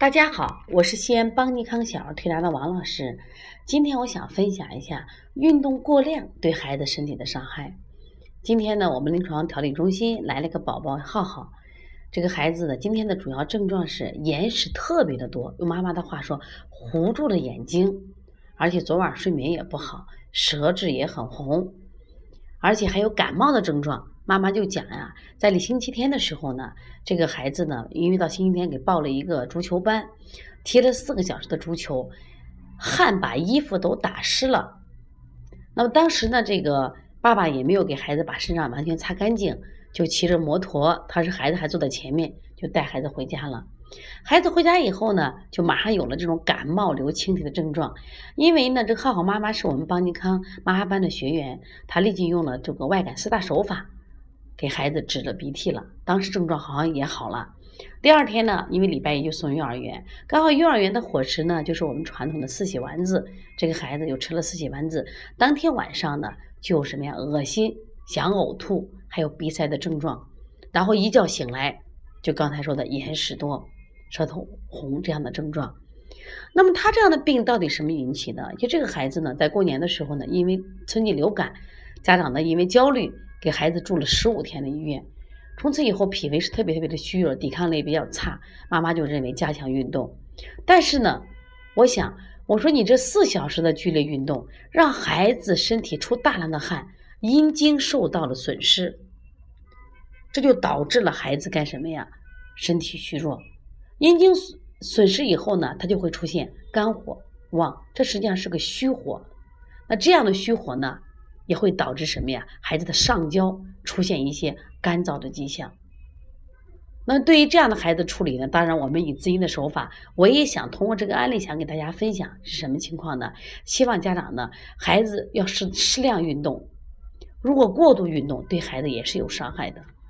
大家好，我是西安邦尼康小儿推拿的王老师。今天我想分享一下运动过量对孩子身体的伤害。今天呢，我们临床调理中心来了个宝宝浩浩，这个孩子呢，今天的主要症状是眼屎特别的多，用妈妈的话说，糊住了眼睛，而且昨晚睡眠也不好，舌质也很红，而且还有感冒的症状。妈妈就讲呀，在星期天的时候呢，这个孩子呢，因为到星期天给报了一个足球班，踢了4个小时的足球，汗把衣服都打湿了。那么当时呢，这个爸爸也没有给孩子把身上完全擦干净，就骑着摩托，他是孩子还坐在前面，就带孩子回家了。孩子回家以后呢，就马上有了这种感冒流清涕的症状。因为呢，这浩浩妈妈是我们邦尼康妈妈班的学员，她立即用了这个外感4大手法给孩子止了鼻涕了，当时症状好像也好了。第二天呢，因为礼拜一就送幼儿园，刚好幼儿园的伙食呢就是我们传统的4喜丸子，这个孩子就吃了4喜丸子。当天晚上呢就什么呀，恶心、想呕吐，还有鼻塞的症状，然后一觉醒来就刚才说的眼屎多、舌头红这样的症状。那么他这样的病到底什么引起的？就这个孩子呢，在过年的时候呢，因为春季流感，家长呢因为焦虑给孩子住了15天的医院，从此以后脾胃是特别的虚弱，抵抗力比较差，妈妈就认为加强运动。但是呢，我说你这4小时的剧烈运动，让孩子身体出大量的汗，阴经受到了损失，这就导致了孩子干什么呀？身体虚弱，阴经损失以后呢，它就会出现肝火旺，这实际上是个虚火。那这样的虚火呢，也会导致什么呀？孩子的上焦出现一些干燥的迹象。那对于这样的孩子处理呢，当然我们以滋阴的手法，我也想通过这个案例想给大家分享是什么情况呢？希望家长呢，孩子要适量运动，如果过度运动对孩子也是有伤害的。